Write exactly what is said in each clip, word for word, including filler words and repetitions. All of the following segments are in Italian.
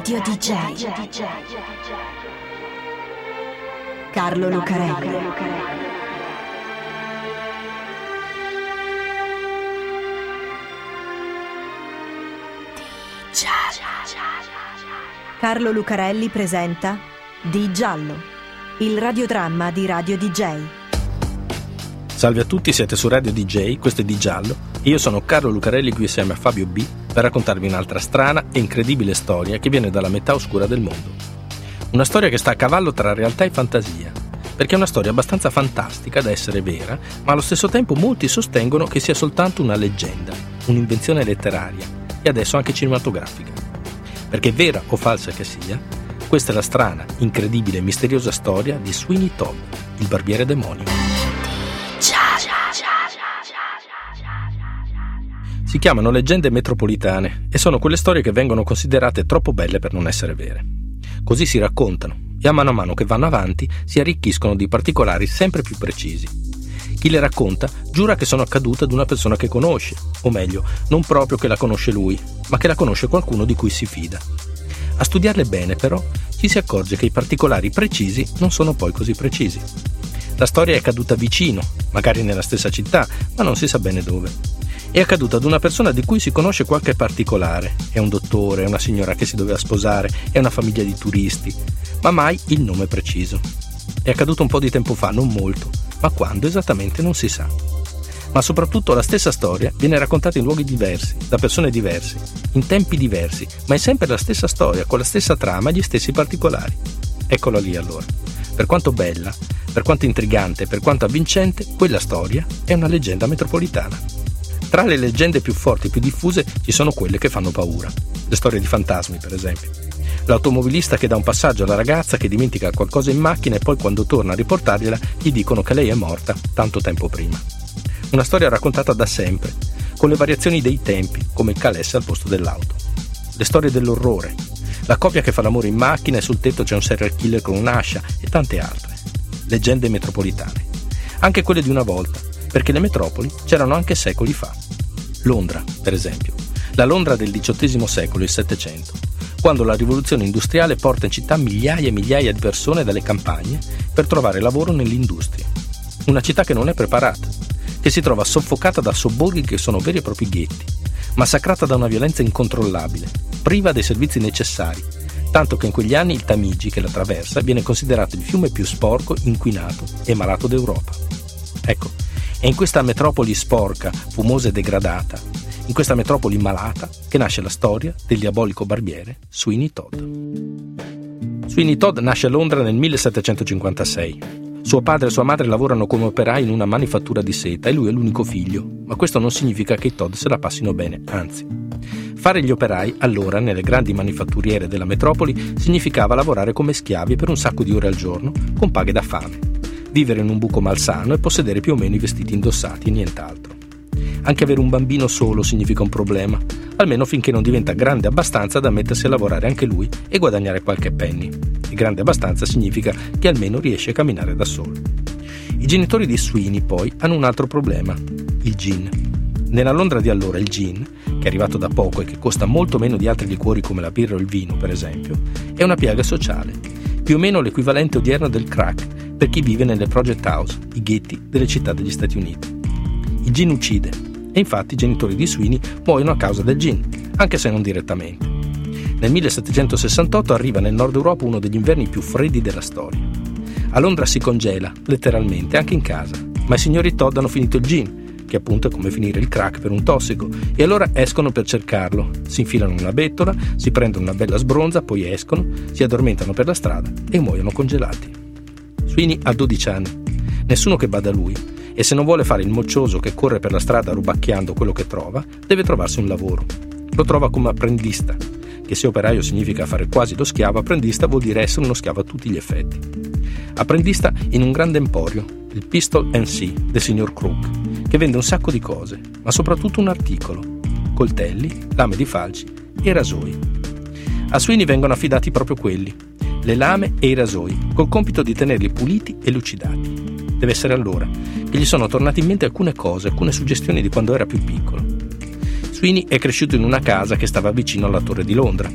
Radio D J Carlo Lucarelli. Carlo Lucarelli presenta Di Giallo, il radiodramma di Radio D J. Salve a tutti, siete su Radio D J, questo è Di Giallo e io sono Carlo Lucarelli qui insieme a Fabio B per raccontarvi un'altra strana e incredibile storia che viene dalla metà oscura del mondo. Una storia che sta a cavallo tra realtà e fantasia, perché è una storia abbastanza fantastica da essere vera, ma allo stesso tempo molti sostengono che sia soltanto una leggenda, un'invenzione letteraria e adesso anche cinematografica. Perché vera o falsa che sia, questa è la strana, incredibile e misteriosa storia di Sweeney Todd, il barbiere demonio. Si chiamano leggende metropolitane e sono quelle storie che vengono considerate troppo belle per non essere vere. Così si raccontano e a mano a mano che vanno avanti si arricchiscono di particolari sempre più precisi. Chi le racconta giura che sono accadute ad una persona che conosce, o meglio, non proprio che la conosce lui, ma che la conosce qualcuno di cui si fida. A studiarle bene, però, ci si accorge che i particolari precisi non sono poi così precisi. La storia è accaduta vicino, magari nella stessa città, ma non si sa bene dove. È accaduta ad una persona di cui si conosce qualche particolare. È un dottore, è una signora che si doveva sposare, è una famiglia di turisti, ma mai il nome preciso. È accaduto un po' di tempo fa, non molto, ma quando esattamente non si sa. Ma soprattutto la stessa storia viene raccontata in luoghi diversi, da persone diverse, in tempi diversi, ma è sempre la stessa storia, con la stessa trama e gli stessi particolari. Eccola lì allora. Per quanto bella, per quanto intrigante, per quanto avvincente, quella storia è una leggenda metropolitana. Tra le leggende più forti e più diffuse ci sono quelle che fanno paura. Le storie di fantasmi, per esempio. L'automobilista che dà un passaggio alla ragazza che dimentica qualcosa in macchina e poi quando torna a riportargliela gli dicono che lei è morta tanto tempo prima. Una storia raccontata da sempre, con le variazioni dei tempi, come il calesse al posto dell'auto. Le storie dell'orrore. La coppia che fa l'amore in macchina e sul tetto c'è un serial killer con un'ascia e tante altre. Leggende metropolitane. Anche quelle di una volta, perché le metropoli c'erano anche secoli fa. Londra, per esempio. La Londra del diciottesimo secolo, il Settecento, quando la rivoluzione industriale porta in città migliaia e migliaia di persone dalle campagne per trovare lavoro nell'industria. Una città che non è preparata, che si trova soffocata da sobborghi che sono veri e propri ghetti, massacrata da una violenza incontrollabile, priva dei servizi necessari, tanto che in quegli anni il Tamigi che la attraversa viene considerato il fiume più sporco, inquinato e malato d'Europa. Ecco, è in questa metropoli sporca, fumosa e degradata, in questa metropoli malata, che nasce la storia del diabolico barbiere Sweeney Todd. Sweeney Todd nasce a Londra nel millesettecentocinquantasei. Suo padre e sua madre lavorano come operai in una manifattura di seta e lui è l'unico figlio, ma questo non significa che i Todd se la passino bene, anzi. Fare gli operai, allora, nelle grandi manifatturiere della metropoli, significava lavorare come schiavi per un sacco di ore al giorno, con paghe da fame. Vivere in un buco malsano e possedere più o meno i vestiti indossati e nient'altro. Anche avere un bambino solo significa un problema, almeno finché non diventa grande abbastanza da mettersi a lavorare anche lui e guadagnare qualche penny. E grande abbastanza significa che almeno riesce a camminare da solo. I genitori di Sweeney poi hanno un altro problema, il gin. Nella Londra di allora il gin, che è arrivato da poco e che costa molto meno di altri liquori come la birra o il vino per esempio, è una piaga sociale, più o meno l'equivalente odierno del crack per chi vive nelle project house, i ghetti delle città degli Stati Uniti. Il gin uccide, e infatti i genitori di Sweeney muoiono a causa del gin, anche se non direttamente. Nel millesettecentosessantotto arriva nel nord Europa uno degli inverni più freddi della storia. A Londra si congela, letteralmente, anche in casa, ma i signori Todd hanno finito il gin, che appunto è come finire il crack per un tossico, e allora escono per cercarlo, si infilano in una bettola, si prendono una bella sbronza, poi escono, si addormentano per la strada e muoiono congelati. Sweeney ha dodici anni, nessuno che bada a lui, e se non vuole fare il moccioso che corre per la strada rubacchiando quello che trova, deve trovarsi un lavoro. Lo trova come apprendista, che se operaio significa fare quasi lo schiavo, apprendista vuol dire essere uno schiavo a tutti gli effetti. Apprendista in un grande emporio, il Pistol and Sea del signor Crook, che vende un sacco di cose, ma soprattutto un articolo: coltelli, lame di falci e rasoi. A Sweeney vengono affidati proprio quelli, le lame e i rasoi, col compito di tenerli puliti e lucidati. Deve essere allora che gli sono tornate in mente alcune cose, alcune suggestioni di quando era più piccolo. Sweeney è cresciuto in una casa che stava vicino alla Torre di Londra.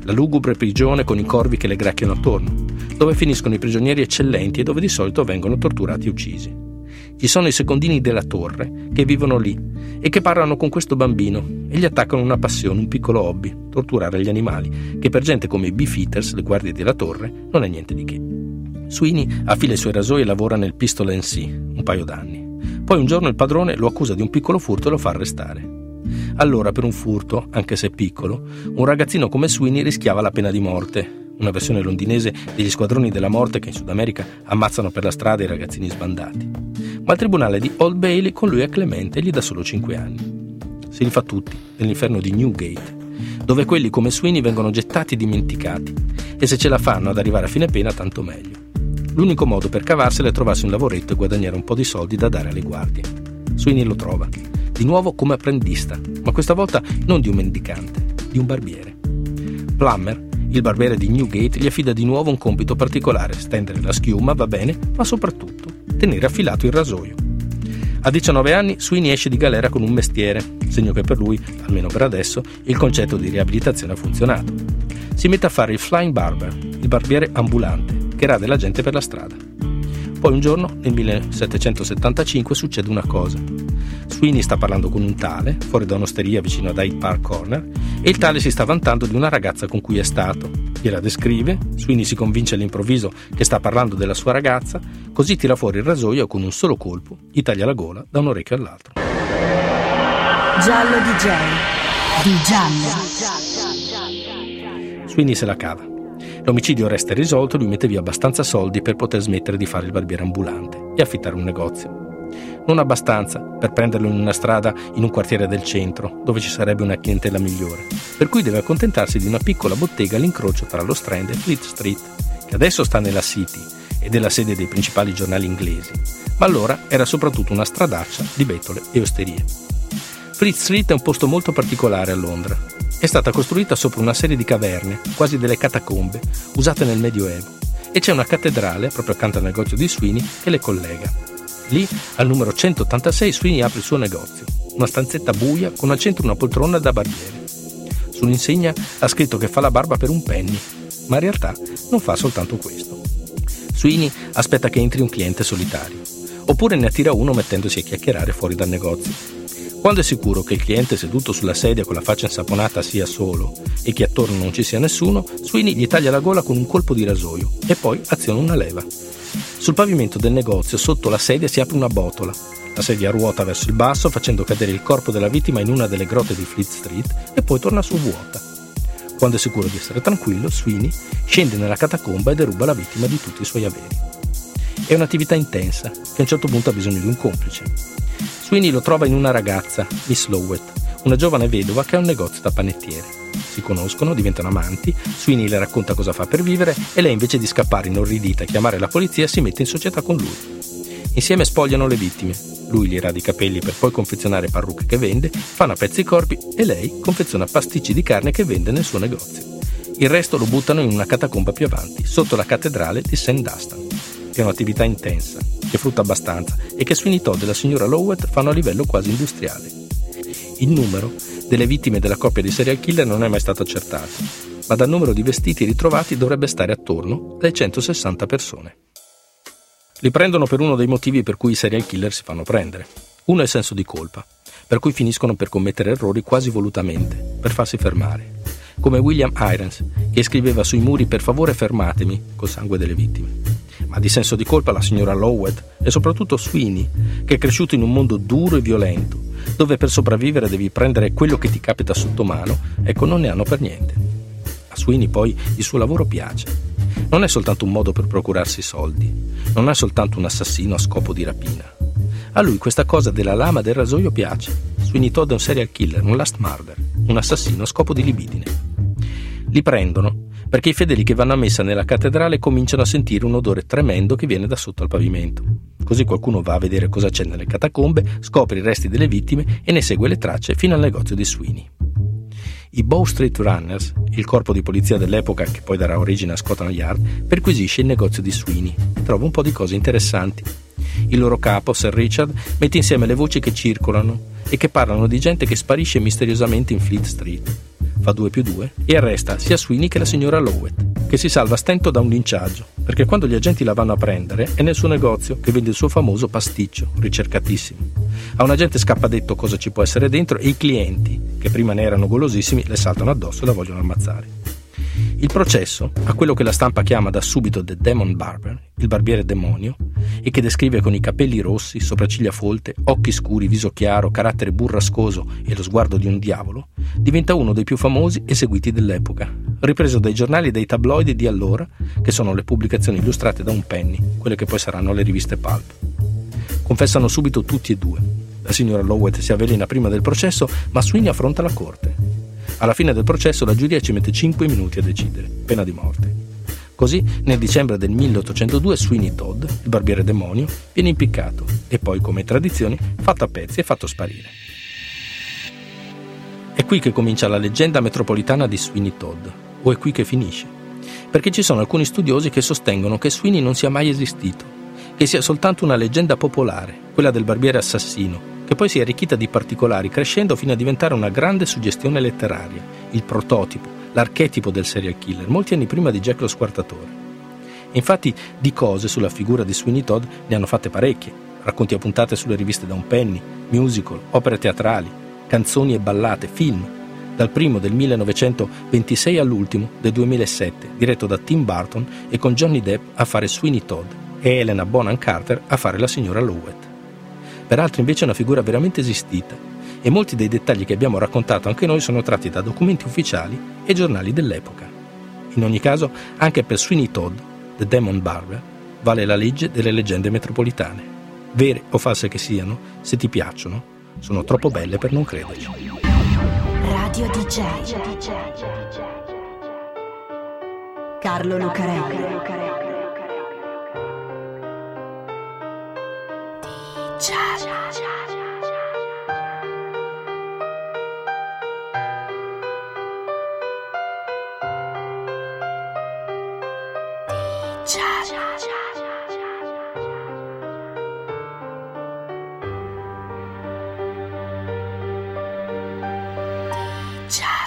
la lugubre prigione con i corvi che le gracchiano attorno, dove finiscono i prigionieri eccellenti e dove di solito vengono torturati e uccisi. Ci sono i secondini della torre che vivono lì e che parlano con questo bambino e gli attaccano una passione, un piccolo hobby, torturare gli animali, che per gente come i Beefeaters, le guardie della torre, non è niente di che. Sweeney affila i suoi rasoi e lavora nel Pistol and Sea un paio d'anni. Poi un giorno il padrone lo accusa di un piccolo furto e lo fa arrestare. Allora, per un furto, anche se piccolo, un ragazzino come Sweeney rischiava la pena di morte, una versione londinese degli squadroni della morte che in Sud America ammazzano per la strada i ragazzini sbandati. Ma il tribunale di Old Bailey con lui è clemente e gli dà solo cinque anni. Si rifà tutti nell'inferno di Newgate, dove quelli come Sweeney vengono gettati e dimenticati, e se ce la fanno ad arrivare a fine pena tanto meglio. L'unico modo per cavarsela è trovarsi un lavoretto e guadagnare un po' di soldi da dare alle guardie. Sweeney lo trova, di nuovo come apprendista, ma questa volta non di un mendicante, di un barbiere. Plummer, il barbiere di Newgate, gli affida di nuovo un compito particolare: stendere la schiuma, va bene, ma soprattutto tenere affilato il rasoio. A diciannove anni Sweeney esce di galera con un mestiere, segno che per lui, almeno per adesso, il concetto di riabilitazione ha funzionato. Si mette a fare il flying barber, il barbiere ambulante, che rade la gente per la strada. Poi un giorno, nel millesettecentosettantacinque, succede una cosa. Sweeney sta parlando con un tale, fuori da un'osteria vicino ad Hyde Park Corner, e il tale si sta vantando di una ragazza con cui è stato. Gliela descrive, Sweeney si convince all'improvviso che sta parlando della sua ragazza, così tira fuori il rasoio e con un solo colpo gli taglia la gola da un orecchio all'altro. Giallo D J. Di Giallo. Sweeney se la cava. L'omicidio resta irrisolto e lui mette via abbastanza soldi per poter smettere di fare il barbiere ambulante e affittare un negozio. Non abbastanza per prenderlo in una strada in un quartiere del centro, dove ci sarebbe una clientela migliore, per cui deve accontentarsi di una piccola bottega all'incrocio tra lo Strand e Fleet Street, che adesso sta nella City ed è la sede dei principali giornali inglesi, ma allora era soprattutto una stradaccia di betole e osterie. Fleet Street è un posto molto particolare a Londra. È stata costruita sopra una serie di caverne, quasi delle catacombe, usate nel Medioevo, e c'è una cattedrale, proprio accanto al negozio di Sweeney, che le collega. Lì, al numero centottantasei, Sweeney apre il suo negozio, una stanzetta buia con al centro una poltrona da barbiere. Sull'insegna ha scritto che fa la barba per un penny, ma in realtà non fa soltanto questo. Sweeney aspetta che entri un cliente solitario, oppure ne attira uno mettendosi a chiacchierare fuori dal negozio. Quando è sicuro che il cliente seduto sulla sedia con la faccia insaponata sia solo e che attorno non ci sia nessuno, Sweeney gli taglia la gola con un colpo di rasoio e poi aziona una leva. Sul pavimento del negozio, sotto la sedia, si apre una botola. La sedia ruota verso il basso, facendo cadere il corpo della vittima in una delle grotte di Fleet Street e poi torna su vuota. Quando è sicuro di essere tranquillo, Sweeney scende nella catacomba e deruba la vittima di tutti i suoi averi. È un'attività intensa, che a un certo punto ha bisogno di un complice. Sweeney lo trova in una ragazza, Miss Lowett, una giovane vedova che ha un negozio da panettiere. Si conoscono, diventano amanti, Sweeney le racconta cosa fa per vivere e lei, invece di scappare inorridita e chiamare la polizia, si mette in società con lui. Insieme spogliano le vittime. Lui gli rada i capelli per poi confezionare parrucche che vende, fanno a pezzi i corpi e lei confeziona pasticci di carne che vende nel suo negozio. Il resto lo buttano in una catacomba più avanti, sotto la cattedrale di Saint Dunstan. È un'attività intensa, che frutta abbastanza e che Sweeney Todd e la signora Lowett fanno a livello quasi industriale. Il numero delle vittime della coppia di serial killer non è mai stato accertato, ma dal numero di vestiti ritrovati dovrebbe stare attorno alle centosessanta persone. Li prendono per uno dei motivi per cui i serial killer si fanno prendere. Uno è il senso di colpa, per cui finiscono per commettere errori quasi volutamente, per farsi fermare. Come William Irons, che scriveva sui muri "per favore fermatemi", col sangue delle vittime. Ma di senso di colpa la signora Lowett e soprattutto Sweeney, che è cresciuto in un mondo duro e violento, dove per sopravvivere devi prendere quello che ti capita sotto mano, ecco, non ne hanno per niente. A Sweeney poi il suo lavoro piace. Non è soltanto un modo per procurarsi soldi, non è soltanto un assassino a scopo di rapina. A lui questa cosa della lama del rasoio piace. Sweeney Todd è un serial killer, un last murder, un assassino a scopo di libidine. Li prendono perché i fedeli che vanno a messa nella cattedrale cominciano a sentire un odore tremendo che viene da sotto al pavimento. Così qualcuno va a vedere cosa c'è nelle catacombe, scopre i resti delle vittime e ne segue le tracce fino al negozio di Sweeney. I Bow Street Runners, il corpo di polizia dell'epoca che poi darà origine a Scotland Yard, perquisisce il negozio di Sweeney e trova un po' di cose interessanti. Il loro capo, Sir Richard, mette insieme le voci che circolano e che parlano di gente che sparisce misteriosamente in Fleet Street. fa due più due e arresta sia Sweeney che la signora Lowett, che si salva a stento da un linciaggio, perché quando gli agenti la vanno a prendere è nel suo negozio che vende il suo famoso pasticcio, ricercatissimo. A un agente scappa detto cosa ci può essere dentro e i clienti, che prima ne erano golosissimi, le saltano addosso e la vogliono ammazzare. Il processo, a quello che la stampa chiama da subito The Demon Barber, il barbiere demonio, e che descrive con i capelli rossi, sopracciglia folte, occhi scuri, viso chiaro, carattere burrascoso e lo sguardo di un diavolo, diventa uno dei più famosi e seguiti dell'epoca, ripreso dai giornali e dai tabloidi di allora, che sono le pubblicazioni illustrate da un Penny, quelle che poi saranno le riviste pulp. Confessano subito tutti e due. La signora Lowett si avvelena prima del processo, ma Sweeney affronta la corte. Alla fine del processo la giuria ci mette cinque minuti a decidere, pena di morte. Così, nel dicembre del milleottocentodue, Sweeney Todd, il barbiere demonio, viene impiccato e poi, come tradizioni, fatto a pezzi e fatto sparire. È qui che comincia la leggenda metropolitana di Sweeney Todd, o è qui che finisce? Perché ci sono alcuni studiosi che sostengono che Sweeney non sia mai esistito, che sia soltanto una leggenda popolare, quella del barbiere assassino, che poi si è arricchita di particolari, crescendo fino a diventare una grande suggestione letteraria, il prototipo, l'archetipo del serial killer, molti anni prima di Jack lo Squartatore. Infatti, di cose sulla figura di Sweeney Todd ne hanno fatte parecchie, racconti a puntate sulle riviste da un penny, musical, opere teatrali, canzoni e ballate, film, dal primo del millenovecentoventisei all'ultimo del duemilasette, diretto da Tim Burton e con Johnny Depp a fare Sweeney Todd e Helena Bonham Carter a fare la signora Lowett. Per altri invece è una figura veramente esistita e molti dei dettagli che abbiamo raccontato anche noi sono tratti da documenti ufficiali e giornali dell'epoca. In ogni caso, anche per Sweeney Todd, The Demon Barber, vale la legge delle leggende metropolitane. Vere o false che siano, se ti piacciono, sono troppo belle per non crederci. Radio D J Carlo Lucarelli. Ciao.